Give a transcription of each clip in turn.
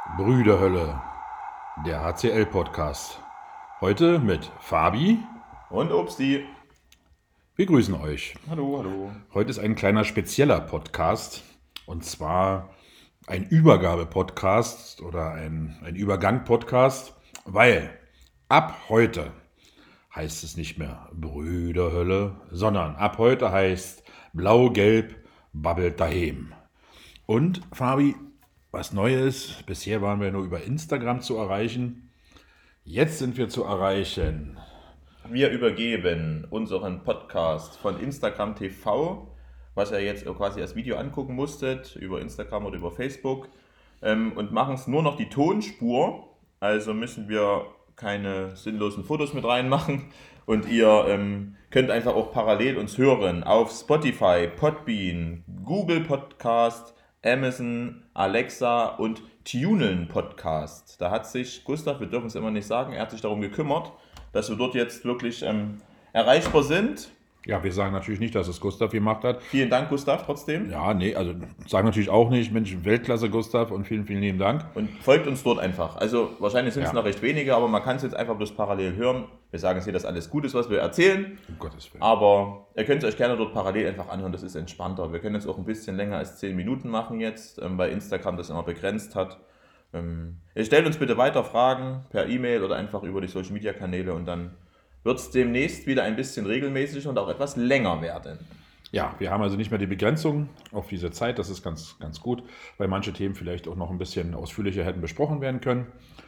Brüderhölle, der HCL-Podcast. Heute mit Fabi. Und Obsti. Wir grüßen euch. Hallo, hallo. Heute ist ein kleiner spezieller Podcast. Und zwar ein Übergabe-Podcast oder ein Übergang-Podcast, weil ab heute heißt es nicht mehr Brüderhölle, sondern ab heute heißt Blau-Gelb babbelt daheim. Und Fabi, was Neues, bisher waren wir nur über Instagram zu erreichen. Jetzt sind wir zu erreichen. Wir übergeben unseren Podcast von Instagram TV, was ihr jetzt quasi als Video angucken musstet, über Instagram oder über Facebook, und machen es nur noch die Tonspur. Also müssen wir keine sinnlosen Fotos mit reinmachen. Und ihr könnt einfach auch parallel uns hören auf Spotify, Podbean, Google Podcast, Amazon, Alexa und Tunen Podcast. Da hat sich Gustav, wir dürfen es immer nicht sagen, er hat sich darum gekümmert, dass wir dort jetzt wirklich erreichbar sind. Ja, wir sagen natürlich nicht, dass es Gustav gemacht hat. Vielen Dank, Gustav, trotzdem. Ja, nee, also sagen natürlich auch nicht, Mensch, Weltklasse Gustav und vielen, vielen lieben Dank. Und folgt uns dort einfach. Also wahrscheinlich sind es Ja. noch recht wenige, aber man kann es jetzt einfach bloß parallel hören. Wir sagen jetzt hier, dass alles gut ist, was wir erzählen. Um Gottes Willen. Aber ihr könnt es euch gerne dort parallel einfach anhören, das ist entspannter. Wir können jetzt auch ein bisschen länger als 10 Minuten machen jetzt, weil Instagram das immer begrenzt hat. Ihr stellt uns bitte weiter Fragen per E-Mail oder einfach über die Social Media Kanäle und dann wird es demnächst wieder ein bisschen regelmäßiger und auch etwas länger werden. Ja, wir haben also nicht mehr die Begrenzung auf diese Zeit, das ist ganz, ganz gut, weil manche Themen vielleicht auch noch ein bisschen ausführlicher hätten besprochen werden können.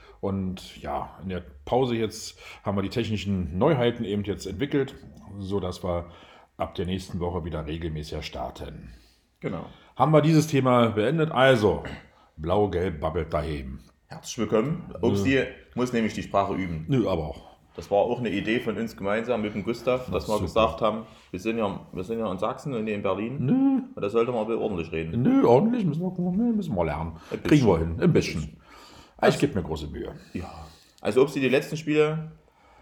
Und ja, in der Pause jetzt haben wir die technischen Neuheiten eben jetzt entwickelt, sodass wir ab der nächsten Woche wieder regelmäßiger starten. Genau. Haben wir dieses Thema beendet, also Blau-Gelb babbelt daheim. Herzlich willkommen. Obsti muss nämlich die Sprache üben. Nö, aber auch. Das war auch eine Idee von uns gemeinsam mit dem Gustav, dass wir super. gesagt haben, wir sind ja in Sachsen und in Berlin. Nö, Und da sollte man ordentlich reden. nö, ordentlich müssen wir lernen. Ein Kriegen wir bisschen. hin, ein bisschen. Ich gebe mir große Mühe. Ja. Also Obsti, die letzten Spiele,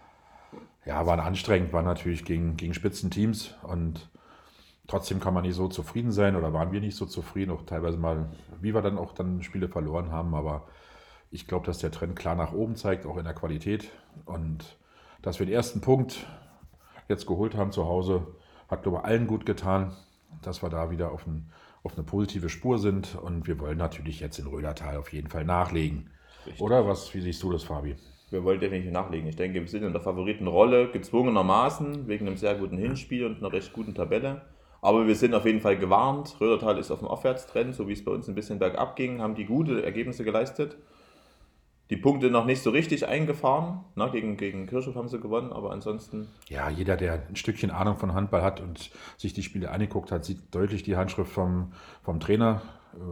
Ja, waren anstrengend, waren natürlich gegen Spitzenteams und trotzdem kann man nicht so zufrieden sein oder waren wir nicht so zufrieden, auch teilweise mal, wie wir dann auch dann Spiele verloren haben, aber ich glaube, dass der Trend klar nach oben zeigt, auch in der Qualität und dass wir den ersten Punkt jetzt geholt haben zu Hause, hat glaube ich allen gut getan, dass wir da wieder auf eine positive Spur sind und wir wollen natürlich jetzt in Rödertal auf jeden Fall nachlegen. Richtig. Oder wie siehst du das, Fabi? wir wollen definitiv nachlegen. Ich denke, wir sind in der Favoritenrolle, gezwungenermaßen, wegen einem sehr guten Hinspiel und einer recht guten Tabelle. Aber wir sind auf jeden Fall gewarnt. Rödertal ist auf dem Aufwärtstrend, so wie es bei uns ein bisschen bergab ging, haben die gute Ergebnisse geleistet. Die Punkte noch nicht so richtig eingefahren. Na, gegen Kirchhoff haben sie gewonnen, aber ansonsten. Ja, jeder, der ein Stückchen Ahnung von Handball hat und sich die Spiele angeguckt hat, sieht deutlich die Handschrift vom Trainer.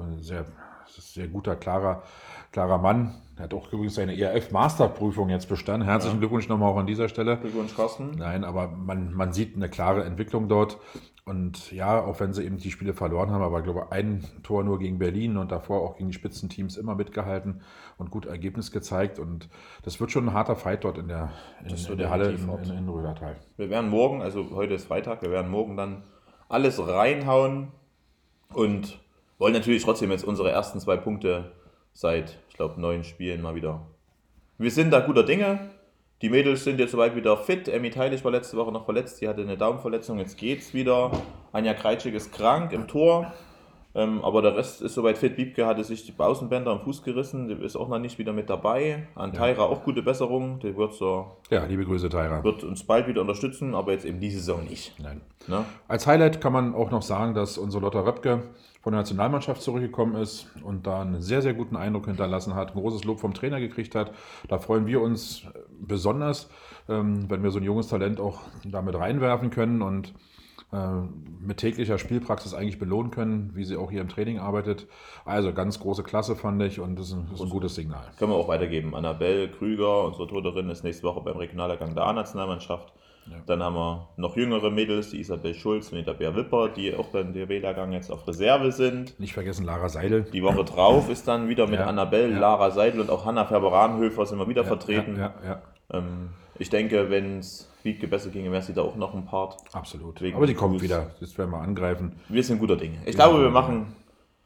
Sehr guter, klarer Mann. Er hat auch übrigens seine ERF-Masterprüfung jetzt bestanden. Herzlichen Glückwunsch nochmal auch an dieser Stelle. Glückwunsch, Carsten. Nein, aber man sieht eine klare Entwicklung dort. Und ja, auch wenn sie eben die Spiele verloren haben, aber ich glaube, ein Tor nur gegen Berlin und davor auch gegen die Spitzenteams immer mitgehalten und gut Ergebnis gezeigt. Und das wird schon ein harter Fight dort in der Halle in Rödertal. Wir werden morgen, also heute ist Freitag, wir werden morgen dann alles reinhauen und wollen natürlich trotzdem jetzt unsere ersten 2 Punkte seit, ich glaube, 9 Spielen mal wieder. Wir sind da guter Dinge. Die Mädels sind jetzt soweit wieder fit. Emmy Teilig war letzte Woche noch verletzt, die hatte eine Daumenverletzung, jetzt geht's wieder. Anja Kreitschik ist krank im Tor, aber der Rest ist soweit fit. Wiebke hatte sich die Außenbänder am Fuß gerissen, die ist auch noch nicht wieder mit dabei. An Taira auch gute Besserung, die Ja, liebe Grüße, Taira. wird uns bald wieder unterstützen, aber jetzt eben diese Saison nicht. Nein. Ne? Als Highlight kann man auch noch sagen, dass unsere Lotta Röpke von der Nationalmannschaft zurückgekommen ist und da einen sehr, sehr guten Eindruck hinterlassen hat, ein großes Lob vom Trainer gekriegt hat. Da freuen wir uns besonders, wenn wir so ein junges Talent auch damit reinwerfen können und mit täglicher Spielpraxis eigentlich belohnen können, wie sie auch hier im Training arbeitet. Also ganz große Klasse fand ich und das ist ein gutes Signal. Können wir auch weitergeben. Annabelle Krüger, unsere Torhüterin, ist nächste Woche beim Regionallehrgang der A-Nationalmannschaft. Ja. Dann haben wir noch jüngere Mädels, die Isabel Schulz und die Bea Wipper, die auch beim DRB-Lehrgang jetzt auf Reserve sind. Nicht vergessen Lara Seidel. Die Woche drauf ist dann wieder mit Annabelle, Lara Seidel und auch Hanna Färber-Rahnhöfer sind wir wieder vertreten. Ich denke, wenn es Wiebke besser ginge, wäre sie da auch noch ein Part. Absolut. Aber die kommt Fuß. wieder. Das werden wir angreifen. Wir sind guter Dinge. Ich glaube, wir machen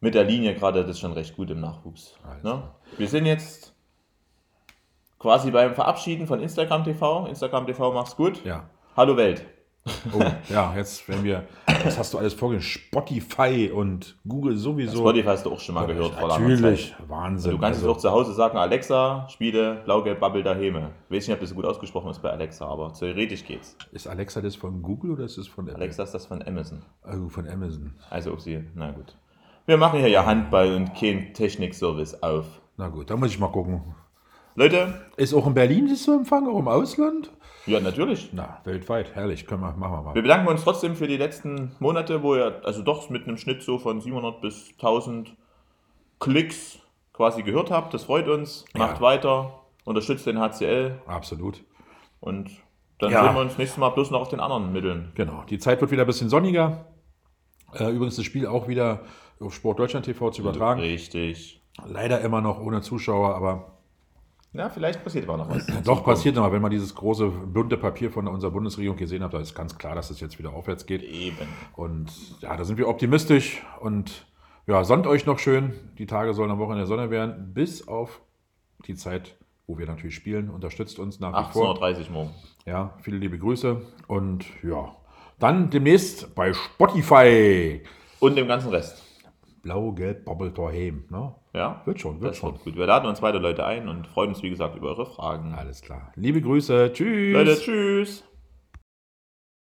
mit der Linie gerade, das ist schon recht gut im Nachwuchs. Ne? Wir sind jetzt quasi beim Verabschieden von Instagram TV. Instagram TV, mach's gut. Ja. Hallo Welt. Oh, ja, jetzt was hast du alles vorgelesen? Spotify und Google sowieso. Spotify hast du auch schon mal gehört vor langer Natürlich, Zeit. Wahnsinn. Du kannst es auch zu Hause sagen, Alexa, spiele Blau-Gelb-Bubble daheim. Ich weiß nicht, ob das so gut ausgesprochen ist bei Alexa, aber theoretisch geht's. Ist Alexa das von Google oder ist es von Apple? Alexa ist das von Amazon. Also von Amazon. Also ob sie, na gut. Wir machen hier ja Handball und kein Technikservice auf. Na gut, da muss ich mal gucken. Leute, Ist auch in Berlin das zu empfangen, auch im Ausland? ja natürlich. Na, weltweit, herrlich, machen wir mal. Wir bedanken uns trotzdem für die letzten Monate, wo ihr also doch mit einem Schnitt so von 700 bis 1000 Klicks quasi gehört habt. Das freut uns. Macht weiter, unterstützt den HCL Absolut. und dann Ja. sehen wir uns nächstes Mal bloß noch auf den anderen Mitteln. Genau, die Zeit wird wieder ein bisschen sonniger. Übrigens das Spiel auch wieder auf Sport Deutschland TV zu übertragen. Richtig. Leider immer noch ohne Zuschauer, aber Ja, vielleicht passiert aber noch was. doch passiert noch mal, wenn man dieses große bunte Papier von unserer Bundesregierung gesehen hat, da ist ganz klar, dass es jetzt wieder aufwärts geht. Eben. Und ja, da sind wir optimistisch und ja, sonnt euch noch schön. Die Tage sollen am Wochenende Sonne werden, bis auf die Zeit, wo wir natürlich spielen. Unterstützt uns nach wie vor. 18:30 Uhr morgen. Ja, viele liebe Grüße und ja, dann demnächst bei Spotify. Und dem ganzen Rest. Blau-Gelb, Bubble, Torheim, ne? Ja, Wird schon. das wird gut. Wir laden uns weiter Leute ein und freuen uns, wie gesagt, über eure Fragen. Alles klar. Liebe Grüße. Tschüss. Leute, tschüss.